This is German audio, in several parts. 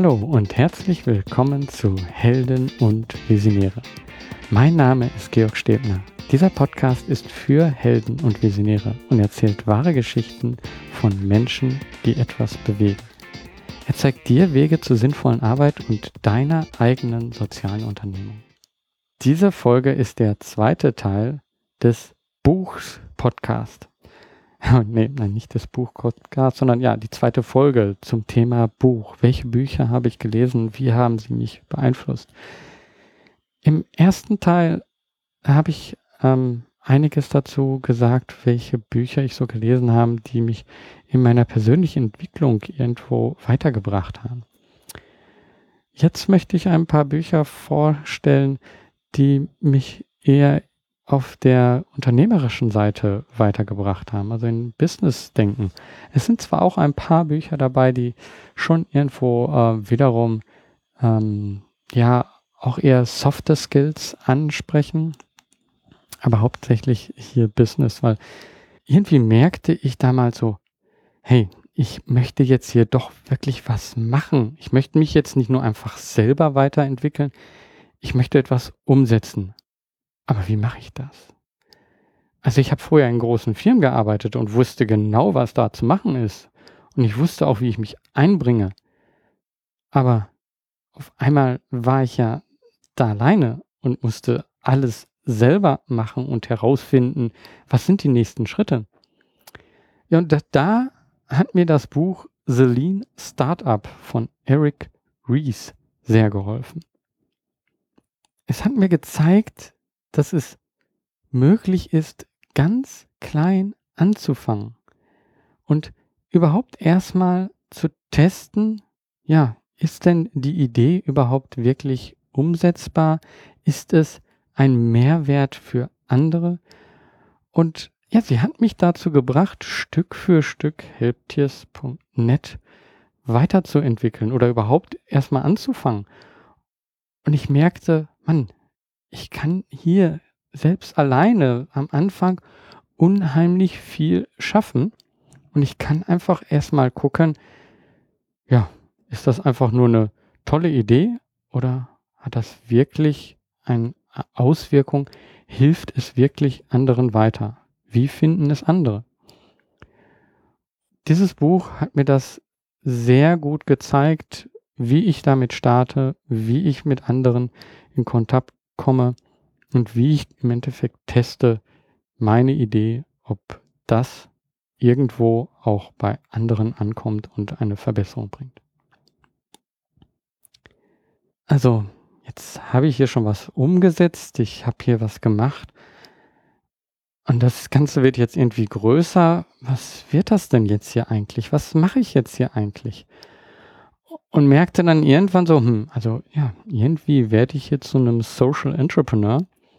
Hallo und herzlich willkommen zu Helden und Visionäre. Mein Name ist Georg Stebner. Dieser Podcast ist für Helden und Visionäre und erzählt wahre Geschichten von Menschen, die etwas bewegen. Er zeigt dir Wege zur sinnvollen Arbeit und deiner eigenen sozialen Unternehmung. Diese Folge ist der zweite Teil des Buchs-Podcast. Nein, nicht des Buch-Podcasts, sondern ja, die zweite Folge zum Thema Buch. Welche Bücher habe ich gelesen? Wie haben sie mich beeinflusst? Im ersten Teil habe ich einiges dazu gesagt, welche Bücher ich so gelesen habe, die mich in meiner persönlichen Entwicklung irgendwo weitergebracht haben. Jetzt möchte ich ein paar Bücher vorstellen, die mich eher auf der unternehmerischen Seite weitergebracht haben, also in Business-Denken. Es sind zwar auch ein paar Bücher dabei, die schon irgendwo wiederum auch eher softe Skills ansprechen, aber hauptsächlich hier Business, weil irgendwie merkte ich damals so, hey, ich möchte jetzt hier doch wirklich was machen. Ich möchte mich jetzt nicht nur einfach selber weiterentwickeln, ich möchte etwas umsetzen. Aber wie mache ich das? Also ich habe vorher in großen Firmen gearbeitet und wusste genau, was da zu machen ist. Und ich wusste auch, wie ich mich einbringe. Aber auf einmal war ich ja da alleine und musste alles selber machen und herausfinden, was sind die nächsten Schritte. Ja, und da hat mir das Buch The Lean Startup von Eric Ries sehr geholfen. Es hat mir gezeigt, dass es möglich ist, ganz klein anzufangen und überhaupt erstmal zu testen, ja, ist denn die Idee überhaupt wirklich umsetzbar? Ist es ein Mehrwert für andere? Und ja, sie hat mich dazu gebracht, Stück für Stück helptiers.net weiterzuentwickeln oder überhaupt erstmal anzufangen. Und ich merkte, Mann, ich kann hier selbst alleine am Anfang unheimlich viel schaffen. Und ich kann einfach erstmal gucken, ja, ist das einfach nur eine tolle Idee oder hat das wirklich eine Auswirkung? Hilft es wirklich anderen weiter? Wie finden es andere? Dieses Buch hat mir das sehr gut gezeigt, wie ich damit starte, wie ich mit anderen in Kontakt komme und wie ich im Endeffekt teste meine Idee, ob das irgendwo auch bei anderen ankommt und eine Verbesserung bringt. Also, jetzt habe ich hier schon was umgesetzt, ich habe hier was gemacht und das Ganze wird jetzt irgendwie größer. Was wird das denn jetzt hier eigentlich? Was mache ich jetzt hier eigentlich? Und merkte dann irgendwann so, also ja, irgendwie werde ich jetzt zu einem Social Entrepreneur.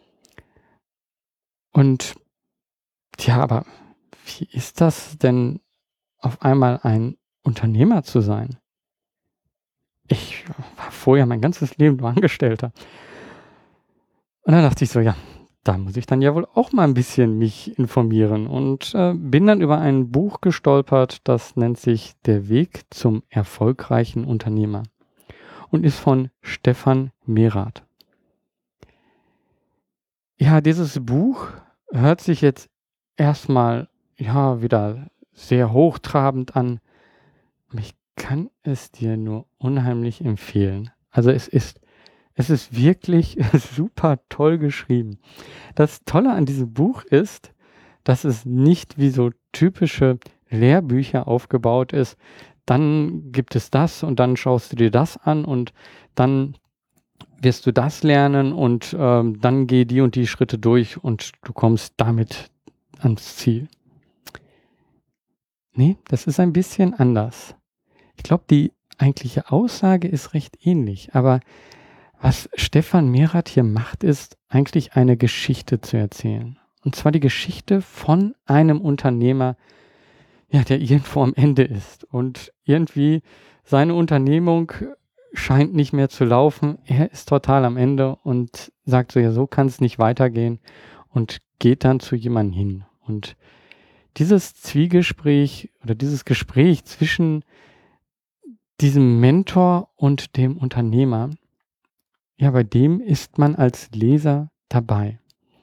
Und ja, aber wie ist das denn, auf einmal ein Unternehmer zu sein? Ich war vorher mein ganzes Leben nur Angestellter. Und dann dachte ich so, ja, da muss ich dann ja wohl auch mal ein bisschen mich informieren und bin dann über ein Buch gestolpert, das nennt sich Der Weg zum erfolgreichen Unternehmer und ist von Stefan Merath. Ja, dieses Buch hört sich jetzt erstmal ja wieder sehr hochtrabend an. Ich kann es dir nur unheimlich empfehlen. Also es ist wirklich super toll geschrieben. Das Tolle an diesem Buch ist, dass es nicht wie so typische Lehrbücher aufgebaut ist. Dann gibt es das und dann schaust du dir das an und dann wirst du das lernen und dann geh die und die Schritte durch und du kommst damit ans Ziel. Nee, das ist ein bisschen anders. Ich glaube, die eigentliche Aussage ist recht ähnlich, aber was Stefan Merath hier macht, ist eigentlich eine Geschichte zu erzählen. Und zwar die Geschichte von einem Unternehmer, ja, der irgendwo am Ende ist und irgendwie seine Unternehmung scheint nicht mehr zu laufen. Er ist total am Ende und sagt so, ja, so kann es nicht weitergehen und geht dann zu jemandem hin. Und dieses Zwiegespräch oder dieses Gespräch zwischen diesem Mentor und dem Unternehmer, ja, bei dem ist man als Leser dabei.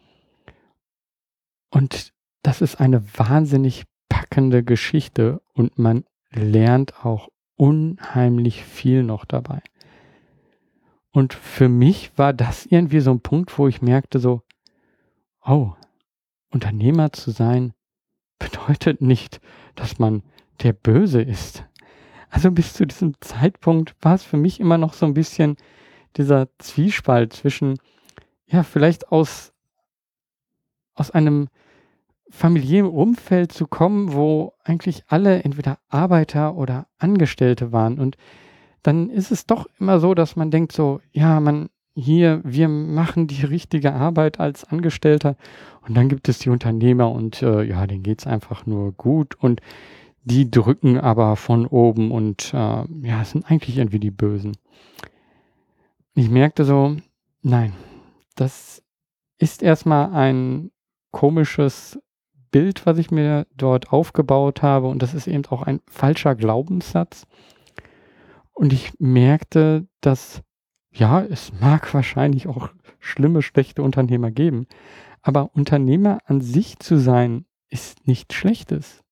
Und das ist eine wahnsinnig packende Geschichte und man lernt auch unheimlich viel noch dabei. Und für mich war das irgendwie so ein Punkt, wo ich merkte so: „Oh, Unternehmer zu sein bedeutet nicht, dass man der Böse ist.“ Also, bis zu diesem Zeitpunkt war es für mich immer noch so ein bisschen dieser Zwiespalt zwischen, ja, vielleicht aus einem familiären Umfeld zu kommen, wo eigentlich alle entweder Arbeiter oder Angestellte waren. Und dann ist es doch immer so, dass man denkt so: „Ja, wir machen die richtige Arbeit als Angestellter.“ Und dann gibt es die Unternehmer und, ja, denen geht's einfach nur gut und die drücken aber von oben und, ja, sind eigentlich irgendwie die Bösen. Ich merkte so: „Nein, das ist erst mal ein komisches Bild, was ich mir dort aufgebaut habe und das ist eben auch ein falscher Glaubenssatz.“ Und ich merkte, dass, ja, es mag wahrscheinlich auch schlimme, schlechte Unternehmer geben, aber Unternehmer an sich zu sein, ist nichts Schlechtes.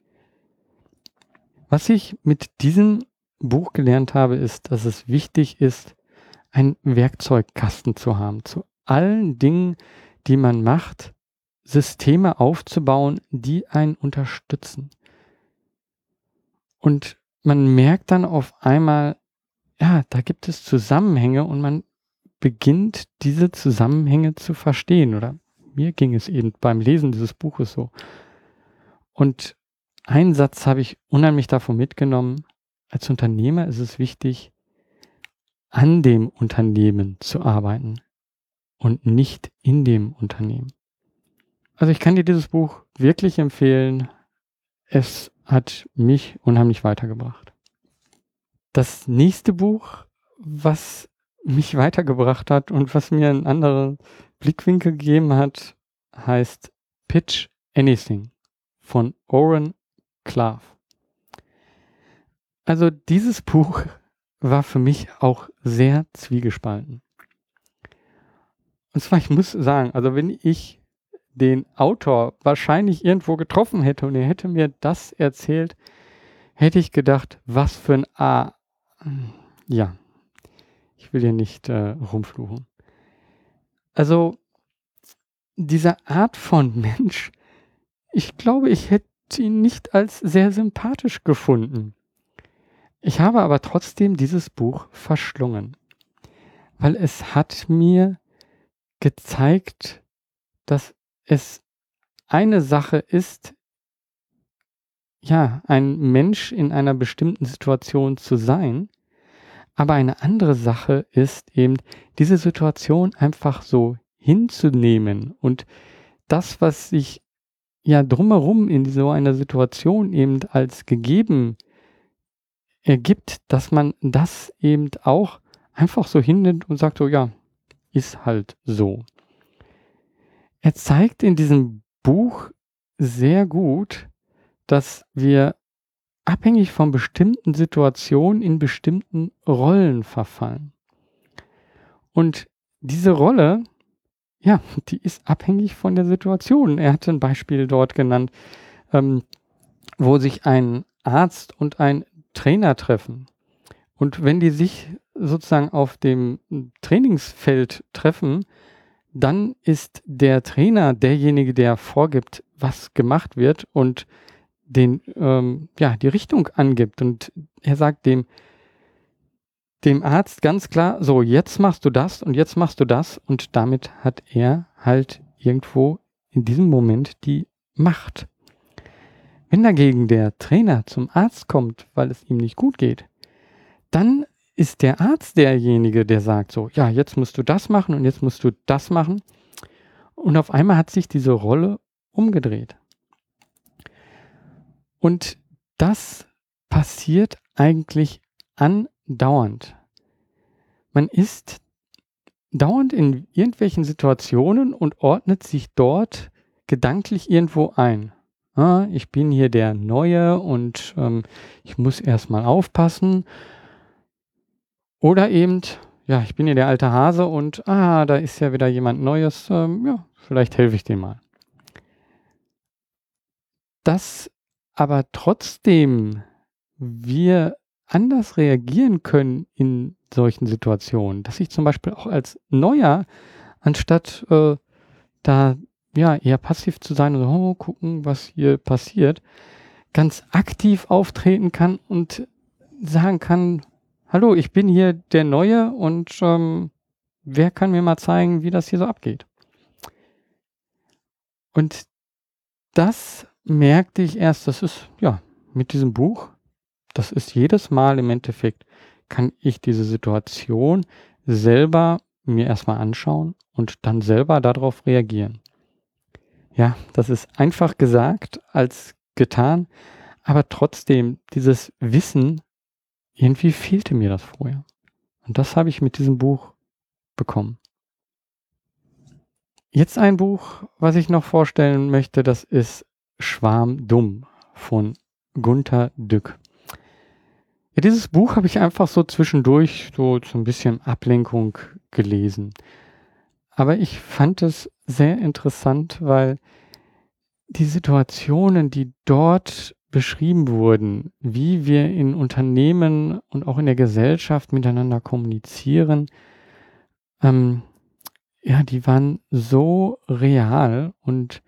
Was ich mit diesem Buch gelernt habe, ist, dass es wichtig ist, einen Werkzeugkasten zu haben, zu allen Dingen, die man macht, Systeme aufzubauen, die einen unterstützen. Und man merkt dann auf einmal, ja, da gibt es Zusammenhänge und man beginnt, diese Zusammenhänge zu verstehen. Oder mir ging es eben beim Lesen dieses Buches so. Und einen Satz habe ich unheimlich davon mitgenommen: Als Unternehmer ist es wichtig, an dem Unternehmen zu arbeiten und nicht in dem Unternehmen. Also ich kann dir dieses Buch wirklich empfehlen. Es hat mich unheimlich weitergebracht. Das nächste Buch, was mich weitergebracht hat und was mir einen anderen Blickwinkel gegeben hat, heißt Pitch Anything von Oren Klaff. Also dieses Buch war für mich auch sehr zwiegespalten. Und zwar, ich muss sagen, also wenn ich den Autor wahrscheinlich irgendwo getroffen hätte und er hätte mir das erzählt, hätte ich gedacht, was für ein ja, ich will hier nicht rumfluchen. Also diese Art von Mensch, ich glaube, ich hätte ihn nicht als sehr sympathisch gefunden. Ich habe aber trotzdem dieses Buch verschlungen, weil es hat mir gezeigt, dass es eine Sache ist, ja, ein Mensch in einer bestimmten Situation zu sein, aber eine andere Sache ist eben, diese Situation einfach so hinzunehmen und das, was sich ja drumherum in so einer Situation eben als gegeben ergibt, dass man das eben auch einfach so hinnimmt und sagt so: „Ja, ist halt so.“ Er zeigt in diesem Buch sehr gut, dass wir abhängig von bestimmten Situationen in bestimmten Rollen verfallen. Und diese Rolle, ja, die ist abhängig von der Situation. Er hatte ein Beispiel dort genannt, wo sich ein Arzt und ein Trainer treffen. Und wenn die sich sozusagen auf dem Trainingsfeld treffen, dann ist der Trainer derjenige, der vorgibt, was gemacht wird und die Richtung angibt. Und er sagt dem Arzt ganz klar: „So, jetzt machst du das und jetzt machst du das.“ Und damit hat er halt irgendwo in diesem Moment die Macht. Wenn dagegen der Trainer zum Arzt kommt, weil es ihm nicht gut geht, dann ist der Arzt derjenige, der sagt so: „Ja, jetzt musst du das machen und jetzt musst du das machen.“ Und auf einmal hat sich diese Rolle umgedreht. Und das passiert eigentlich andauernd. Man ist dauernd in irgendwelchen Situationen und ordnet sich dort gedanklich irgendwo ein. Ich bin hier der Neue und ich muss erst mal aufpassen. Oder eben, ja, ich bin ja der alte Hase und da ist ja wieder jemand Neues, ja, vielleicht helfe ich dem mal. Dass aber trotzdem wir anders reagieren können in solchen Situationen, dass ich zum Beispiel auch als Neuer, anstatt da ja eher passiv zu sein und so, oh, gucken, was hier passiert, ganz aktiv auftreten kann und sagen kann, hallo, ich bin hier der Neue und wer kann mir mal zeigen, wie das hier so abgeht? Und das merkte ich erst, das ist ja mit diesem Buch, das ist jedes Mal im Endeffekt, kann ich diese Situation selber mir erstmal anschauen und dann selber darauf reagieren. Ja, das ist einfach gesagt als getan, aber trotzdem, dieses Wissen, irgendwie fehlte mir das vorher. Und das habe ich mit diesem Buch bekommen. Jetzt ein Buch, was ich noch vorstellen möchte, das ist Schwarm dumm von Gunter Dück. Ja, dieses Buch habe ich einfach so zwischendurch so ein bisschen Ablenkung gelesen. Aber ich fand es sehr interessant, weil die Situationen, die dort beschrieben wurden, wie wir in Unternehmen und auch in der Gesellschaft miteinander kommunizieren, ja, die waren so real und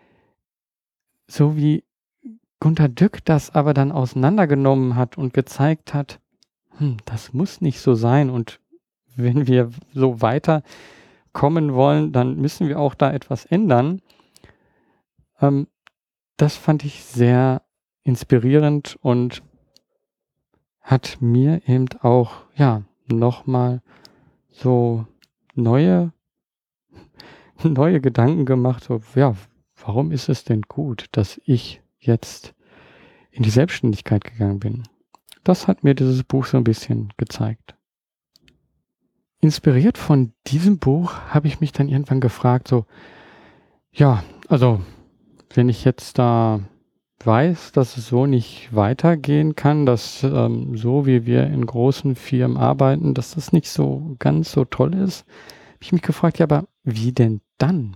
so wie Gunter Dück das aber dann auseinandergenommen hat und gezeigt hat, das muss nicht so sein und wenn wir so weiterkommen wollen, dann müssen wir auch da etwas ändern. Das fand ich sehr inspirierend und hat mir eben auch, ja, nochmal so neue neue Gedanken gemacht, so, ja, warum ist es denn gut, dass ich jetzt in die Selbstständigkeit gegangen bin? Das hat mir dieses Buch so ein bisschen gezeigt. Inspiriert von diesem Buch habe ich mich dann irgendwann gefragt, so, ja, also wenn ich jetzt da weiß, dass es so nicht weitergehen kann, dass so wie wir in großen Firmen arbeiten, dass das nicht so ganz so toll ist, habe ich mich gefragt, ja, aber wie denn dann?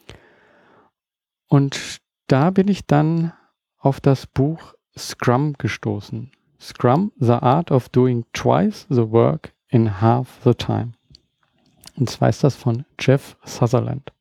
Und da bin ich dann auf das Buch Scrum gestoßen. Scrum, The Art of Doing Twice the Work in Half the Time. Und zwar ist das von Jeff Sutherland.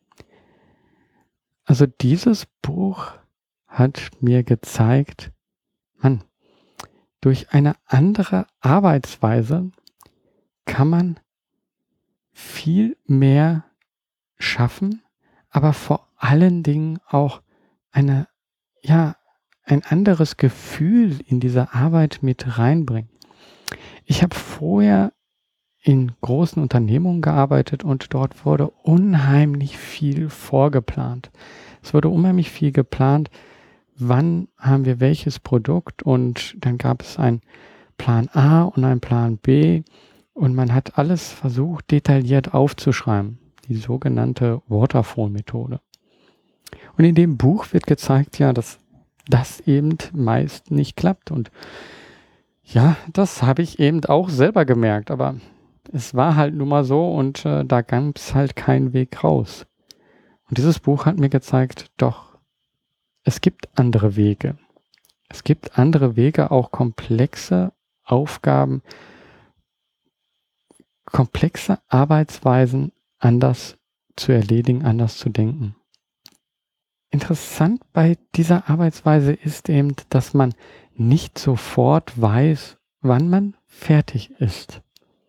Also dieses Buch hat mir gezeigt, Mann, durch eine andere Arbeitsweise kann man viel mehr schaffen, aber vor allen Dingen auch eine, ja, ein anderes Gefühl in diese Arbeit mit reinbringen. Ich habe vorher in großen Unternehmungen gearbeitet und dort wurde unheimlich viel vorgeplant. Es wurde unheimlich viel geplant, wann haben wir welches Produkt und dann gab es einen Plan A und einen Plan B und man hat alles versucht, detailliert aufzuschreiben, die sogenannte Waterfall-Methode. Und in dem Buch wird gezeigt, ja, dass das eben meist nicht klappt und ja, das habe ich eben auch selber gemerkt, aber es war halt nun mal so und da gab es halt keinen Weg raus. Und dieses Buch hat mir gezeigt, doch, es gibt andere Wege. Es gibt andere Wege, auch komplexe Aufgaben, komplexe Arbeitsweisen anders zu erledigen, anders zu denken. Interessant bei dieser Arbeitsweise ist eben, dass man nicht sofort weiß, wann man fertig ist.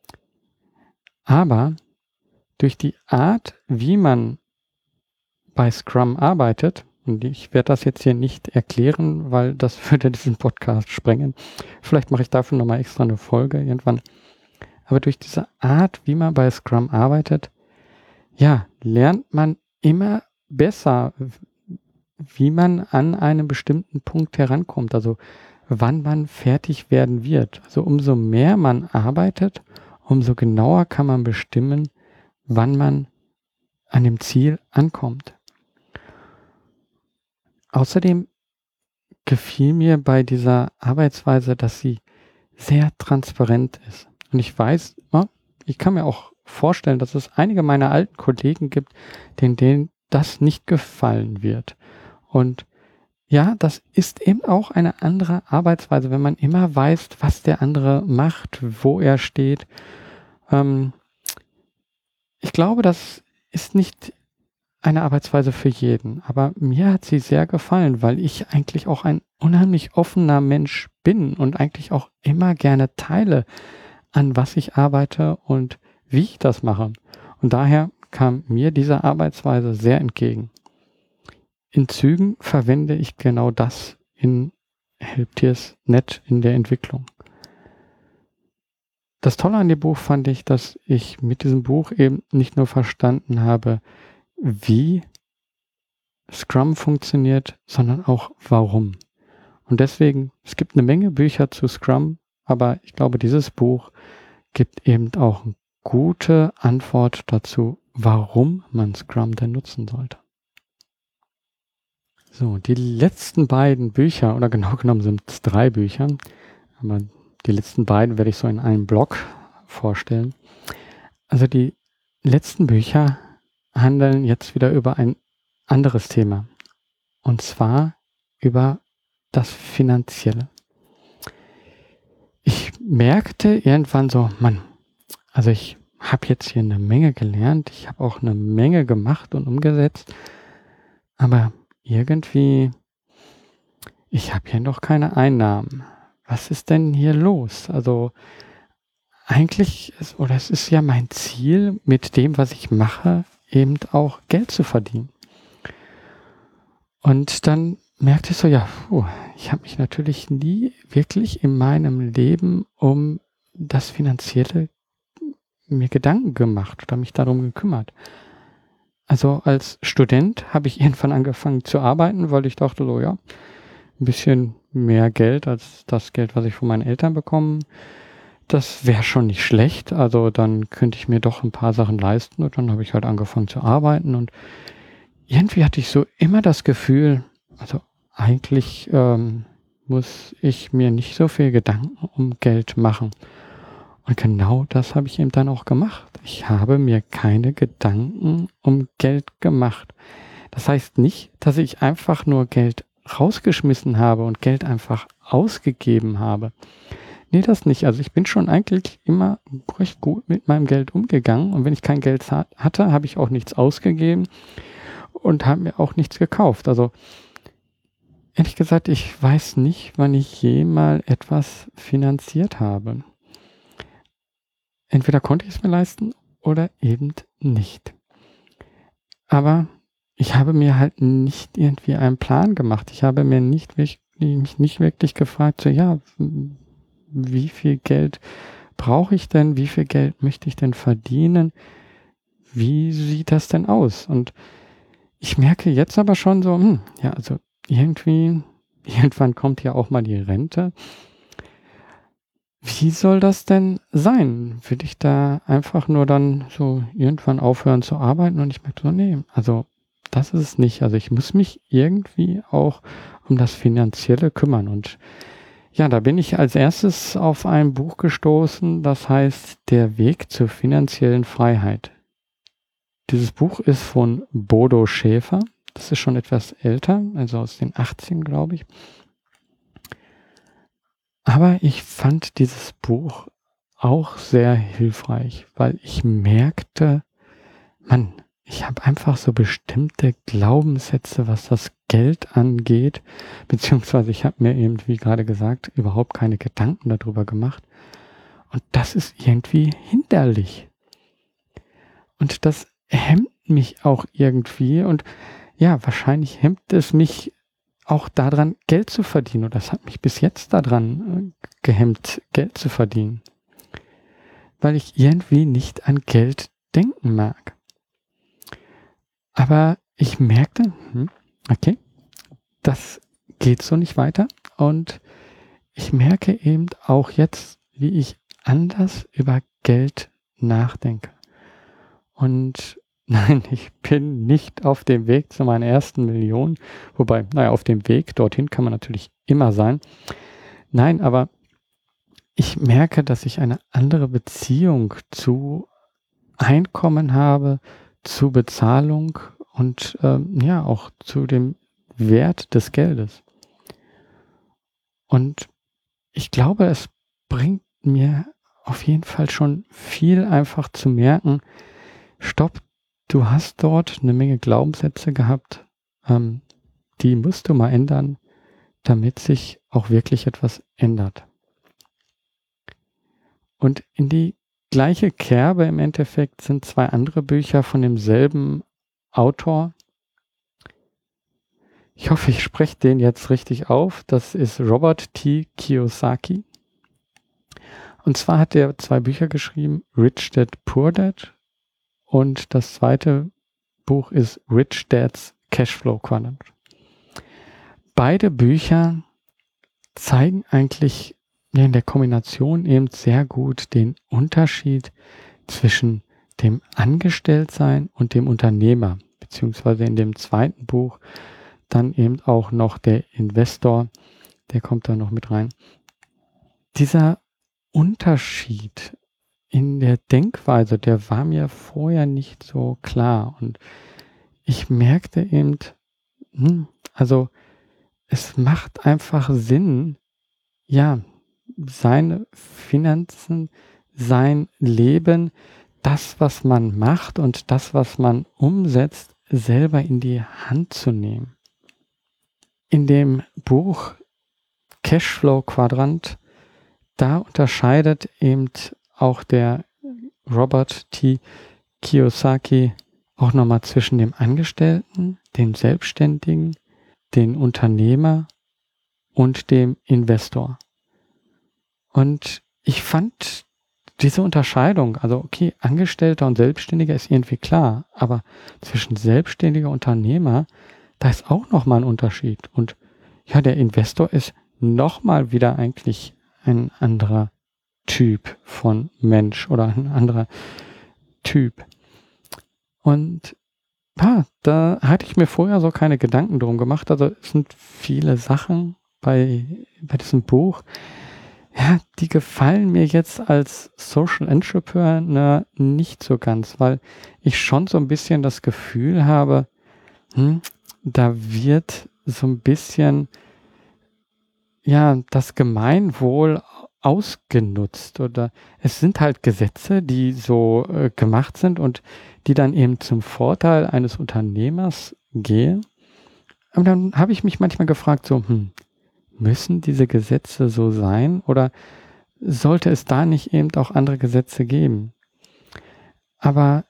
Aber durch die Art, wie man bei Scrum arbeitet, und ich werde das jetzt hier nicht erklären, weil das würde diesen Podcast sprengen. Vielleicht mache ich dafür nochmal extra eine Folge irgendwann. Aber durch diese Art, wie man bei Scrum arbeitet, ja, lernt man immer besser, wie man an einem bestimmten Punkt herankommt. Also wann man fertig werden wird. Also umso mehr man arbeitet, umso genauer kann man bestimmen, wann man an dem Ziel ankommt. Außerdem gefiel mir bei dieser Arbeitsweise, dass sie sehr transparent ist. Und ich weiß, ich kann mir auch vorstellen, dass es einige meiner alten Kollegen gibt, denen das nicht gefallen wird. Und ja, das ist eben auch eine andere Arbeitsweise, wenn man immer weiß, was der andere macht, wo er steht. Ähm, Ich glaube, das ist nicht eine Arbeitsweise für jeden, aber mir hat sie sehr gefallen, weil ich eigentlich auch ein unheimlich offener Mensch bin und eigentlich auch immer gerne teile, an was ich arbeite und wie ich das mache. Und daher kam mir diese Arbeitsweise sehr entgegen. In Zügen verwende ich genau das in Helptiers.net in der Entwicklung. Das Tolle an dem Buch fand ich, dass ich mit diesem Buch eben nicht nur verstanden habe, wie Scrum funktioniert, sondern auch warum. Und deswegen, es gibt eine Menge Bücher zu Scrum, aber ich glaube, dieses Buch gibt eben auch eine gute Antwort dazu, warum man Scrum denn nutzen sollte. So, die letzten beiden Bücher, oder genau genommen sind es 3 Bücher, aber die letzten beiden werde ich so in einem Blog vorstellen. Also die letzten Bücher handeln jetzt wieder über ein anderes Thema. Und zwar über das Finanzielle. Ich merkte irgendwann so, Mann, also ich habe jetzt hier eine Menge gelernt, ich habe auch eine Menge gemacht und umgesetzt, aber irgendwie, ich habe hier noch keine Einnahmen. Was ist denn hier los? Also eigentlich, es ist ja mein Ziel, mit dem, was ich mache, eben auch Geld zu verdienen. Und dann merkte ich so, ich habe mich natürlich nie wirklich in meinem Leben um das Finanzielle mir Gedanken gemacht oder mich darum gekümmert. Also als Student habe ich irgendwann angefangen zu arbeiten, weil ich dachte so, ein bisschen mehr Geld als das Geld, was ich von meinen Eltern bekomme, das wäre schon nicht schlecht. Also dann könnte ich mir doch ein paar Sachen leisten und dann habe ich halt angefangen zu arbeiten und irgendwie hatte ich so immer das Gefühl, also eigentlich muss ich mir nicht so viel Gedanken um Geld machen. Und genau das habe ich eben dann auch gemacht. Ich habe mir keine Gedanken um Geld gemacht. Das heißt nicht, dass ich einfach nur Geld rausgeschmissen habe und Geld einfach ausgegeben habe. Nee, das nicht. Also ich bin schon eigentlich immer recht gut mit meinem Geld umgegangen. Und wenn ich kein Geld hatte, habe ich auch nichts ausgegeben und habe mir auch nichts gekauft. Also ehrlich gesagt, ich weiß nicht, wann ich jemals etwas finanziert habe. Entweder konnte ich es mir leisten oder eben nicht. Aber ich habe mir halt nicht irgendwie einen Plan gemacht. Ich habe mir mich nicht wirklich gefragt, wie viel Geld brauche ich denn? Wie viel Geld möchte ich denn verdienen? Wie sieht das denn aus? Und ich merke jetzt aber schon so, also irgendwann kommt ja auch mal die Rente. Wie soll das denn sein? Will ich da einfach nur dann so irgendwann aufhören zu arbeiten? Und ich merke so, nee, also das ist es nicht. Also ich muss mich irgendwie auch um das Finanzielle kümmern. Und ja, da bin ich als erstes auf ein Buch gestoßen, das heißt Der Weg zur finanziellen Freiheit. Dieses Buch ist von Bodo Schäfer. Das ist schon etwas älter, also aus den 80ern, glaube ich. Aber ich fand dieses Buch auch sehr hilfreich, weil ich merkte, ich habe einfach so bestimmte Glaubenssätze, was das Geld angeht, beziehungsweise ich habe mir eben, wie gerade gesagt, überhaupt keine Gedanken darüber gemacht. Und das ist irgendwie hinderlich. Und das hemmt mich auch irgendwie. Und ja, wahrscheinlich hemmt es mich auch daran, Geld zu verdienen. Und das hat mich bis jetzt daran gehemmt, Geld zu verdienen. Weil ich irgendwie nicht an Geld denken mag. Aber ich merkte, okay, das geht so nicht weiter. Und ich merke eben auch jetzt, wie ich anders über Geld nachdenke. Und nein, ich bin nicht auf dem Weg zu meiner ersten Million. Wobei, auf dem Weg dorthin kann man natürlich immer sein. Nein, aber ich merke, dass ich eine andere Beziehung zu Einkommen habe, zu Bezahlung und ja auch zu dem Wert des Geldes. Und ich glaube, es bringt mir auf jeden Fall schon viel, einfach zu merken, stopp, du hast dort eine Menge Glaubenssätze gehabt, die musst du mal ändern, damit sich auch wirklich etwas ändert. Und in die gleiche Kerbe im Endeffekt sind 2 andere Bücher von demselben Autor. Ich hoffe, ich spreche den jetzt richtig auf. Das ist Robert T. Kiyosaki. Und zwar hat er 2 Bücher geschrieben, Rich Dad, Poor Dad. Und das zweite Buch ist Rich Dad's Cashflow Quadrant. Beide Bücher zeigen eigentlich in der Kombination eben sehr gut den Unterschied zwischen dem Angestelltsein und dem Unternehmer, beziehungsweise in dem zweiten Buch dann eben auch noch der Investor, der kommt da noch mit rein. Dieser Unterschied in der Denkweise, der war mir vorher nicht so klar und ich merkte eben, also es macht einfach Sinn, ja, seine Finanzen, sein Leben, das, was man macht und das, was man umsetzt, selber in die Hand zu nehmen. In dem Buch Cashflow Quadrant, da unterscheidet eben auch der Robert T. Kiyosaki auch nochmal zwischen dem Angestellten, dem Selbstständigen, dem Unternehmer und dem Investor. Und ich fand diese Unterscheidung, also okay, Angestellter und Selbstständiger ist irgendwie klar, aber zwischen Selbstständiger und Unternehmer, da ist auch nochmal ein Unterschied. Und ja, der Investor ist nochmal wieder eigentlich ein anderer Typ von Mensch oder ein anderer Typ. Und ja, da hatte ich mir vorher so keine Gedanken drum gemacht. Also es sind viele Sachen bei diesem Buch, ja, die gefallen mir jetzt als Social Entrepreneur nicht so ganz, weil ich schon so ein bisschen das Gefühl habe, da wird so ein bisschen, ja, das Gemeinwohl ausgenutzt oder es sind halt Gesetze, die so gemacht sind und die dann eben zum Vorteil eines Unternehmers gehen. Aber dann habe ich mich manchmal gefragt, so, müssen diese Gesetze so sein oder sollte es da nicht eben auch andere Gesetze geben? Aber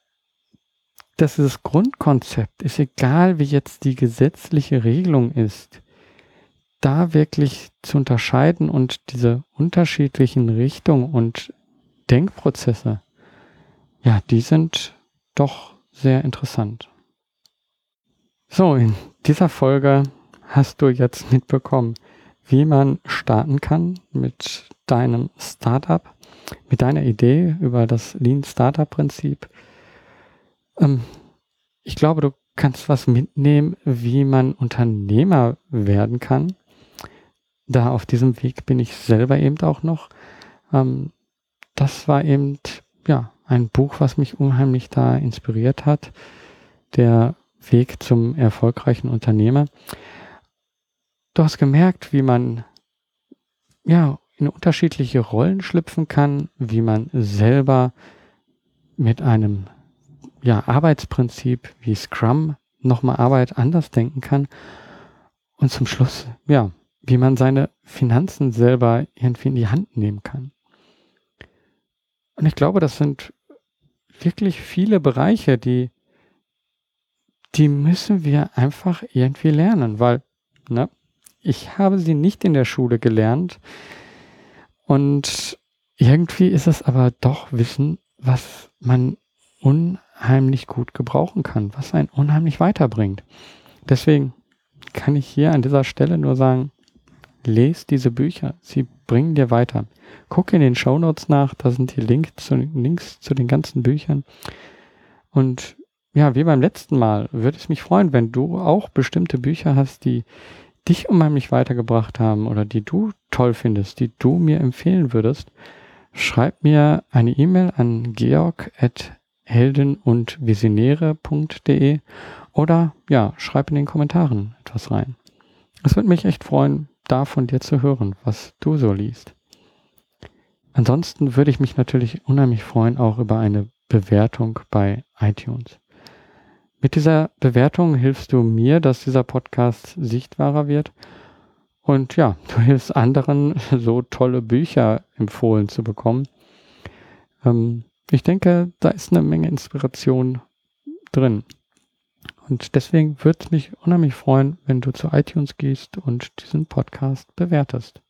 das Grundkonzept ist egal, wie jetzt die gesetzliche Regelung ist, da wirklich zu unterscheiden und diese unterschiedlichen Richtungen und Denkprozesse, ja, die sind doch sehr interessant. So, in dieser Folge hast du jetzt mitbekommen, wie man starten kann mit deinem Startup, mit deiner Idee über das Lean Startup Prinzip. Ich glaube, du kannst was mitnehmen, wie man Unternehmer werden kann. Da auf diesem Weg bin ich selber eben auch noch. Das war eben, ja, ein Buch, was mich unheimlich da inspiriert hat. Der Weg zum erfolgreichen Unternehmer. Du hast gemerkt, wie man, ja, in unterschiedliche Rollen schlüpfen kann, wie man selber mit einem, ja, Arbeitsprinzip wie Scrum nochmal Arbeit anders denken kann. Und zum Schluss, ja, wie man seine Finanzen selber irgendwie in die Hand nehmen kann. Und ich glaube, das sind wirklich viele Bereiche, die müssen wir einfach irgendwie lernen, weil, ich habe sie nicht in der Schule gelernt und irgendwie ist es aber doch Wissen, was man unheimlich gut gebrauchen kann, was einen unheimlich weiterbringt. Deswegen kann ich hier an dieser Stelle nur sagen, lest diese Bücher, sie bringen dir weiter. Guck in den Shownotes nach, da sind die Links zu den ganzen Büchern. Und ja, wie beim letzten Mal, würde es mich freuen, wenn du auch bestimmte Bücher hast, die dich unheimlich weitergebracht haben oder die du toll findest, die du mir empfehlen würdest, schreib mir eine E-Mail an georg@heldenundvisionäre.de oder ja, schreib in den Kommentaren etwas rein. Es würde mich echt freuen, da von dir zu hören, was du so liest. Ansonsten würde ich mich natürlich unheimlich freuen, auch über eine Bewertung bei iTunes. Mit dieser Bewertung hilfst du mir, dass dieser Podcast sichtbarer wird. Und ja, du hilfst anderen, so tolle Bücher empfohlen zu bekommen. Ich denke, da ist eine Menge Inspiration drin. Und deswegen würde es mich unheimlich freuen, wenn du zu iTunes gehst und diesen Podcast bewertest.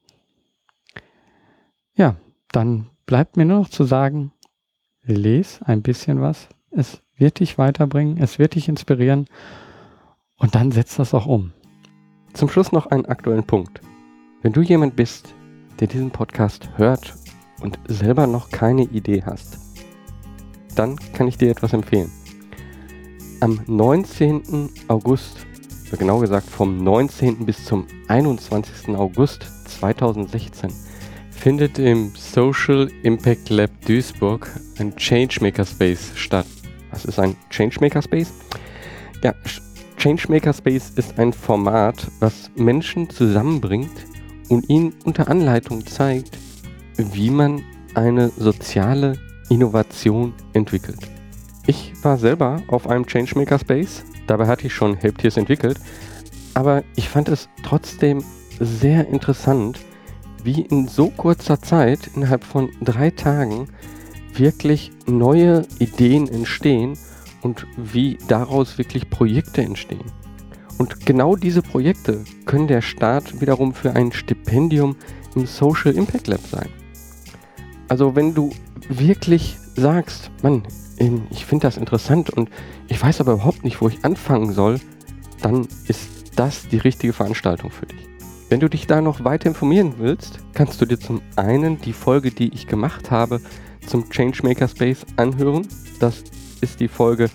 Ja, dann bleibt mir nur noch zu sagen, les ein bisschen was. Es wird dich weiterbringen, es wird dich inspirieren und dann setz das auch um. Zum Schluss noch einen aktuellen Punkt. Wenn du jemand bist, der diesen Podcast hört und selber noch keine Idee hast, dann kann ich dir etwas empfehlen. Am 19. August, oder genau gesagt vom 19. bis zum 21. August 2016, findet im Social Impact Lab Duisburg ein Changemaker Space statt. Was ist ein Changemaker Space? Ja, Changemaker Space ist ein Format, was Menschen zusammenbringt und ihnen unter Anleitung zeigt, wie man eine soziale Innovation entwickelt. Ich war selber auf einem Changemaker Space, dabei hatte ich schon Helptiers entwickelt, aber ich fand es trotzdem sehr interessant, wie in so kurzer Zeit, innerhalb von 3 Tagen, wirklich neue Ideen entstehen und wie daraus wirklich Projekte entstehen. Und genau diese Projekte können der Start wiederum für ein Stipendium im Social Impact Lab sein. Also wenn du wirklich sagst, Mann, ich finde das interessant und ich weiß aber überhaupt nicht, wo ich anfangen soll, dann ist das die richtige Veranstaltung für dich. Wenn du dich da noch weiter informieren willst, kannst du dir zum einen die Folge, die ich gemacht habe, zum Changemaker Space anhören. Das ist die Folge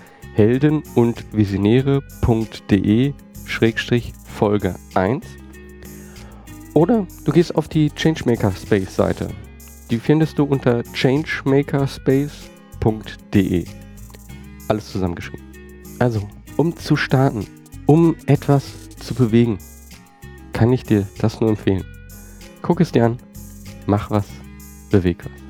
heldenundvisionäre.de/Folge 1. Oder du gehst auf die Changemaker Space Seite. Die findest du unter changemakerspace.de. Alles zusammengeschrieben. Also, um zu starten, um etwas zu bewegen, kann ich dir das nur empfehlen. Guck es dir an, mach was, beweg was.